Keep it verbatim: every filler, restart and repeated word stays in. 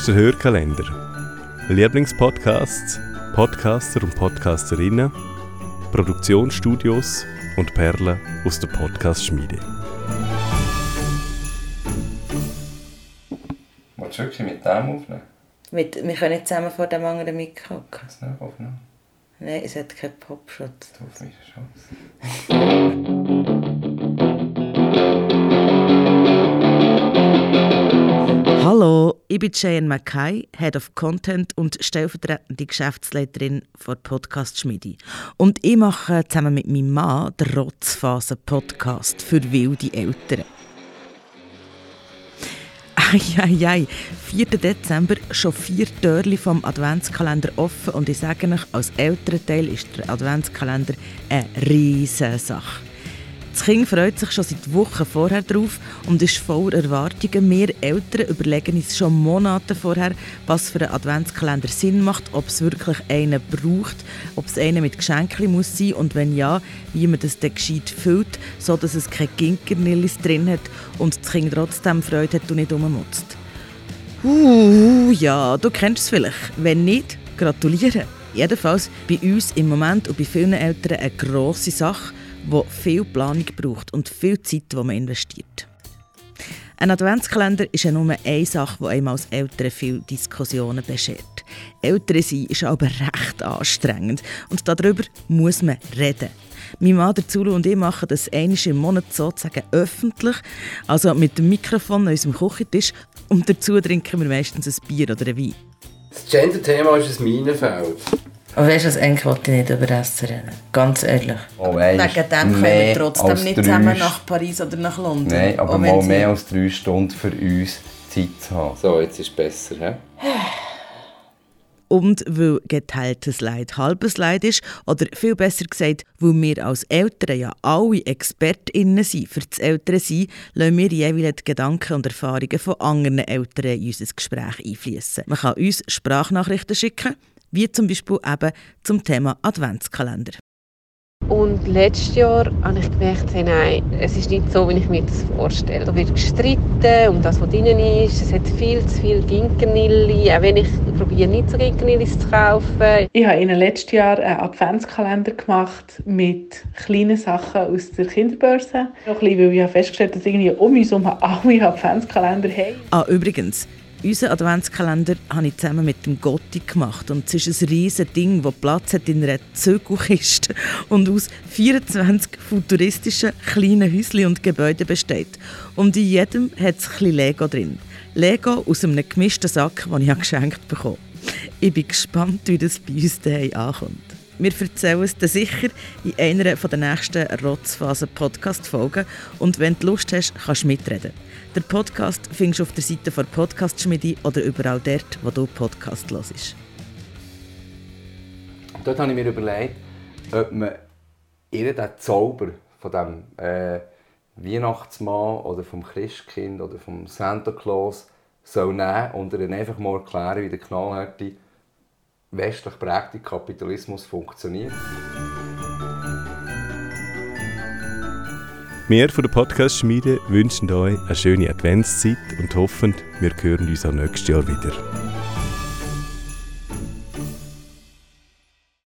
ist der Hörkalender. Lieblingspodcasts, Podcaster und Podcasterinnen, Produktionsstudios und Perlen aus der Podcast-Schmiede. Willst du wirklich mit dem aufnehmen? Mit, wir können nicht zusammen vor dem anderen Mikro hocken. Kannst du nicht aufnehmen? Nein, es hat keinen Popschutz. Du auf meine Chance. Hallo, ich bin Cheyenne Mackay, Head of Content und stellvertretende Geschäftsleiterin der Podcast-Schmiede. Und ich mache zusammen mit meinem Mann den Rotzphasen-Podcast für wilde Eltern. Eieiei, vierten Dezember, schon vier Türchen vom Adventskalender offen und ich sage euch, als Elternteil ist der Adventskalender eine riesige Sache. Das Kind freut sich schon seit Wochen vorher drauf und ist voller Erwartungen. Wir Eltern überlegen uns schon Monate vorher, was für ein Adventskalender Sinn macht, ob es wirklich einen braucht, ob es einen mit Geschenken muss sein und wenn ja, wie man das dann gescheit füllt, sodass es keine Ginkernillis drin hat und das Kind trotzdem Freude hat und nicht rummutzt. Uh, ja, du kennst es vielleicht. Wenn nicht, gratuliere. Jedenfalls bei uns im Moment und bei vielen Eltern eine grosse Sache, die viel Planung braucht und viel Zeit, die man investiert. Ein Adventskalender ist ja nur eine Sache, die einem als Eltern viele Diskussionen beschert. Eltern sein ist aber recht anstrengend und darüber muss man reden. Mein Mann, der Zulu und ich machen das einmal im Monat sozusagen öffentlich, also mit dem Mikrofon an unserem Küchentisch und dazu trinken wir meistens ein Bier oder ein Wein. Das Gender-Thema ist ein Minenfeld. Aber weißt du was, eigentlich wollte ich nicht über Essen reden. Ganz ehrlich. Oh, weißt, wegen dem können wir trotzdem nicht zusammen nach Paris oder nach London. Nein, aber mal mehr als drei Stunden für uns Zeit zu haben. So, jetzt ist es besser, he? Und weil geteiltes Leid halbes Leid ist, oder viel besser gesagt, weil wir als Eltern ja alle ExpertInnen sind für das Elternsein, lassen wir jeweils die Gedanken und Erfahrungen von anderen Eltern in unser Gespräch einfließen. Man kann uns Sprachnachrichten schicken, wie zum Beispiel eben zum Thema Adventskalender. Und letztes Jahr habe ich gemerkt, hey, nein, es ist nicht so, wie ich mir das vorstelle. Da wird gestritten um das, was drin ist. Es hat viel zu viel Ginkernilli, auch wenn ich probiere, nicht so Ginkernillis zu kaufen. Ich habe Ihnen letztes Jahr einen Adventskalender gemacht mit kleinen Sachen aus der Kinderbörse. Noch ein bisschen, weil ich habe festgestellt, dass irgendwie um uns herum alle Adventskalender haben. Ah, übrigens. Unseren Adventskalender habe ich zusammen mit dem Gotti gemacht und es ist ein riesiges Ding, das Platz hat in einer Zögelkiste und aus vierundzwanzig futuristischen kleinen Häuschen und Gebäuden besteht. Und in jedem hat es ein bisschen Lego drin. Lego aus einem gemischten Sack, den ich geschenkt bekommen habe. Ich bin gespannt, wie das bei uns daheim ankommt. Wir erzählen es dir sicher in einer der nächsten Rotzphasen-Podcast-Folgen und wenn du Lust hast, kannst du mitreden. Den Podcast findest du auf der Seite der Podcast-Schmiede oder überall dort, wo du Podcast hörst. Dort habe ich mir überlegt, ob man ihr den Zauber von dem äh, Weihnachtsmann oder vom Christkind oder vom Santa Claus soll nehmen und ihr einfach mal erklären, wie der knallharte westlich prägte Kapitalismus funktioniert. Wir von der Podcast-Schmiede wünschen euch eine schöne Adventszeit und hoffen, wir hören uns auch nächstes Jahr wieder.